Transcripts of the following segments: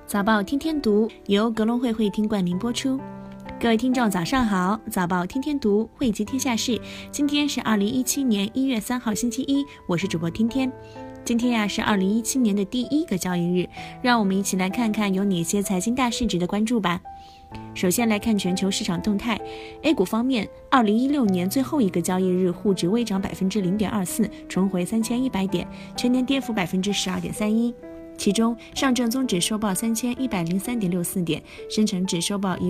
早报天天读由格隆会听冠名播出。各位听众早上好，早报天天读汇集天下事。今天是2017年1月3号星期一，我是主播天天。今天是2017年的第一个交易日，让我们一起来看看有哪些财经大事值得关注吧。首先来看全球市场动态。 A 股方面，2016年最后一个交易日沪指微涨 0.24%， 重回3100点，全年跌幅 12.31%。其中，上证综指收报3103.64点，深成指收报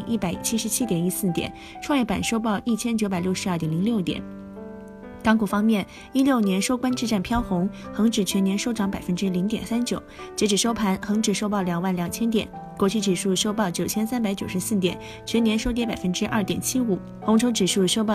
10177.14点，创业板收报1962.06点。港股方面，16年收官之战飘红，恒指全年收涨 0.39%， 截止收盘，恒指收报22000点，国企指数收报9394点，全年收跌 2.75%， 红筹指数收报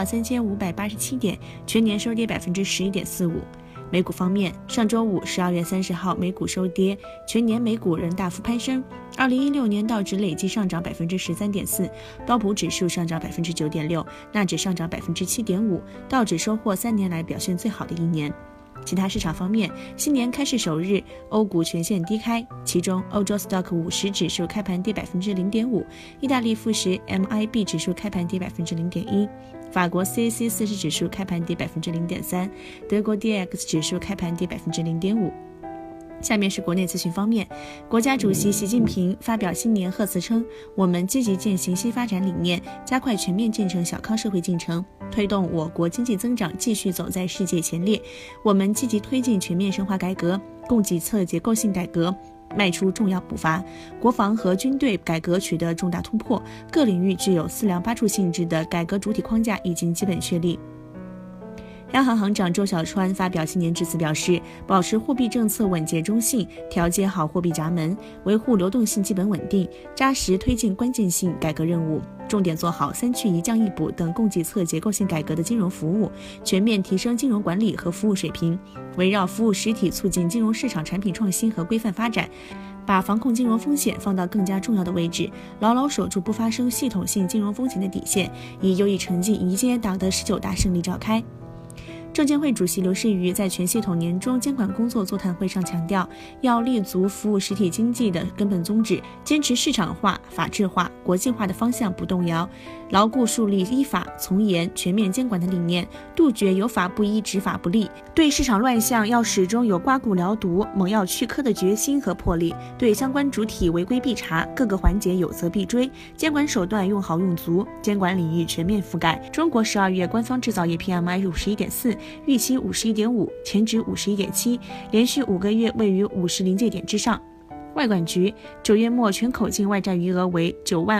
3587点，全年收跌 11.45%。美股方面，上周五12月30号美股收跌，全年美股仍大幅攀升。2016年道指累计上涨 13.4%， 标普指数上涨 9.6%， 纳指上涨 7.5%， 道指收获3年来表现最好的一年。其他市场方面，新年开市首日，欧股全线低开，其中欧洲 Stock 50指数开盘跌 0.5%， 意大利富时 MIB 指数开盘跌 0.1%， 法国 CAC 40指数开盘跌 0.3%， 德国 DAX 指数开盘跌 0.5%。下面是国内资讯方面，国家主席习近平发表新年贺词称，我们积极践行新发展理念，加快全面建成小康社会进程，推动我国经济增长继续走在世界前列。我们积极推进全面深化改革，供给侧结构性改革迈出重要步伐，国防和军队改革取得重大突破，各领域具有四梁八柱性质的改革主体框架已经基本确立。央行行长周小川发表新年致辞表示，保持货币政策稳健中性，调节好货币闸门，维护流动性基本稳定，扎实推进关键性改革任务，重点做好3去1降1补等供给侧结构性改革的金融服务，全面提升金融管理和服务水平，围绕服务实体促进金融市场产品创新和规范发展，把防控金融风险放到更加重要的位置，牢牢守住不发生系统性金融风险的底线，以优异成绩迎接党的19大胜利召开。证监会主席刘士余在全系统年终监管工作座谈会上强调，要立足服务实体经济的根本宗旨，坚持市场化、法治化、国际化的方向不动摇，牢固树立依法从严全面监管的理念，杜绝有法不依、执法不力。对市场乱象要始终有刮骨疗毒、猛药去疴的决心和魄力，对相关主体违规必查，各个环节有责必追，监管手段用好用足，监管领域全面覆盖。中国12月官方制造业 PMI 51.4，预期51.5，前值51.7，连续5个月位于50临界点之上。外管局9月末全口径外债余额为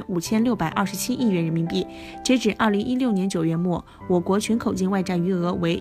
95627亿元人民币，截止2016年9月末，我国全口径外债余额为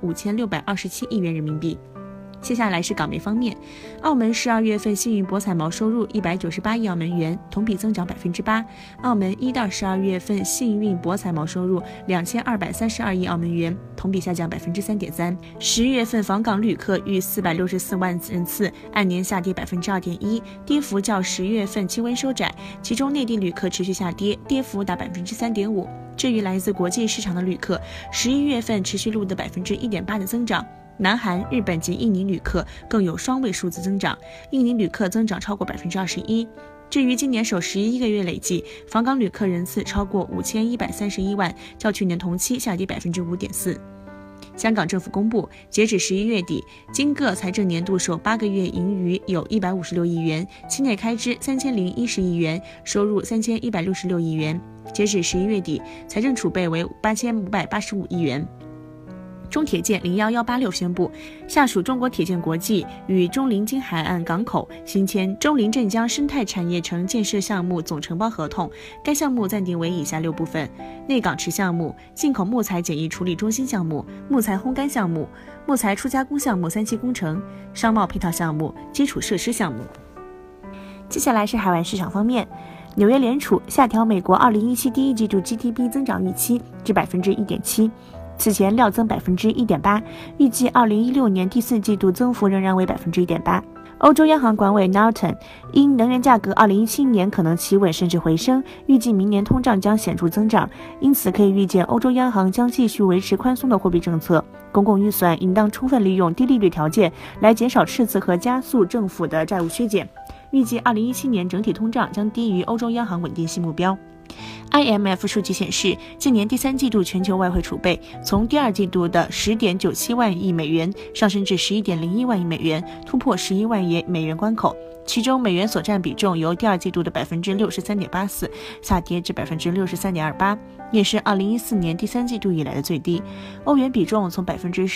95627亿元人民币。接下来是港媒方面，澳门12月份幸运博彩毛收入198亿澳门元，同比增长 8%。澳门1到12月份幸运博彩毛收入2232亿澳门元，同比下降 3.3%。10月份访港旅客逾464万人次，按年下跌 2.1%， 跌幅较10月份气温收窄，其中内地旅客持续下跌，跌幅达 3.5%。至于来自国际市场的旅客，11月份持续录得 1.8% 的增长。南韩、日本及印尼旅客更有双位数字增长，印尼旅客增长超过 21%。至于今年首11个月累计，访港旅客人次超过5131万，较去年同期下跌 5.4%。香港政府公布，截止11月底，经各财政年度首8个月盈余有156亿元，期内开支3010亿元，收入3166亿元。截止11月底，财政储备为8585亿元。中铁建01186宣布，下属中国铁建国际与中临京海岸港口新签中临镇江生态产业城建设项目总承包合同。该项目暂定为以下6部分：内港池项目、进口木材简易处理中心项目、木材烘干项目、木材初加工项目3期工程、商贸配套项目、基础设施项目。接下来是海外市场方面，纽约联储下调美国2017第一季度 GDP 增长预期至 1.7%。此前料增 1.8%， 预计2016年第4季度增幅仍然为 1.8%。欧洲央行管委 Norton 因能源价格2017年可能企稳甚至回升，预计明年通胀将显著增长，因此可以预见欧洲央行将继续维持宽松的货币政策。公共预算应当充分利用低利率条件来减少赤字和加速政府的债务削减。 预计2017年整体通胀将低于欧洲央行稳定性目标。IMF 数据显示，今年第三季度全球外汇储备从第二季度的10.97万亿美元上升至11.01万亿美元，突破11万亿美元关口。其中，美元所占比重由第二季度的63.84%下跌至63.28%，也是2014年第三季度以来的最低。欧元比重从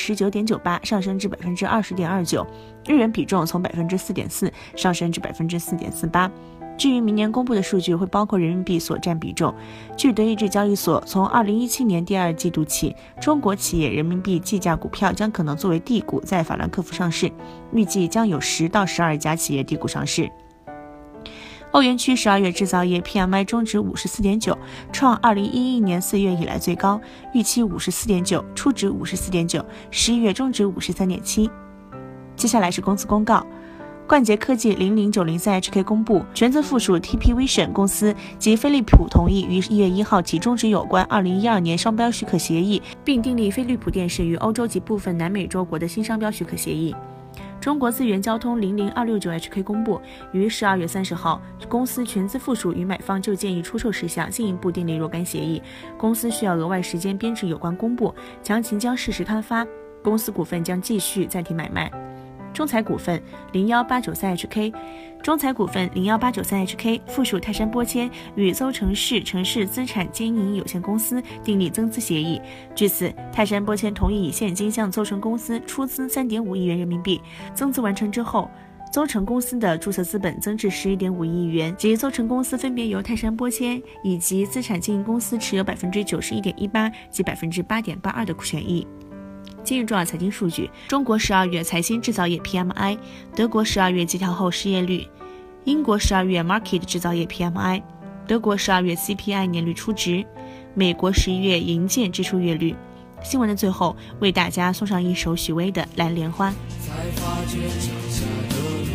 19.98%上升至20.29%，日元比重从4.4%上升至4.48%。至于明年公布的数据会包括人民币所占比重。据德意志交易所，从2017年第二季度起，中国企业人民币计价股票将可能作为D股在法兰克福上市，预计将有10到12家企业D股上市。欧元区12月制造业 PMI 终值 54.9， 创2011年4月以来最高，预期 54.9， 初值 54.9，11月终值 53.7。 接下来是公司公告。冠捷科技00903HK 公布，全资附属 TP Vision 公司及飞利浦同意于1月1号起终止有关2012年商标许可协议，并订立飞利浦电视与欧洲及部分南美洲国的新商标许可协议。中国资源交通00269HK 公布，于12月30号，公司全资附属与买方就建议出售事项进一步订立若干协议，公司需要额外时间编制有关公布，详情将适时刊发，公司股份将继续暂停买卖。中财股份01893HK， 中财股份01893HK 附属泰山玻纤与邹城市城市资产经营有限公司订立增资协议。据此，泰山玻纤同意以现金向邹城公司出资3.5亿元人民币。增资完成之后，邹城公司的注册资本增至11.5亿元，及邹城公司分别由泰山玻纤以及资产经营公司持有91.18%及8.82%的股权益。今日重要财经数据：中国12月财新制造业 PMI， 德国12月季调后失业率，英国12月 Market 制造业 PMI， 德国12月 CPI 年率初值，美国11月营建支出月率。新闻的最后，为大家送上一首许巍的《蓝莲花》。才发觉脚下的路，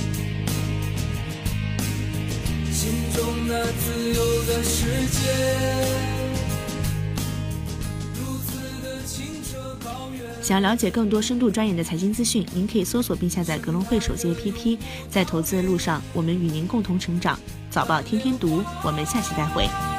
心中那自由的世界。想要了解更多深度专业的财经资讯，您可以搜索并下载格隆汇手机 APP。在投资的路上，我们与您共同成长。早报天天读，我们下期再会。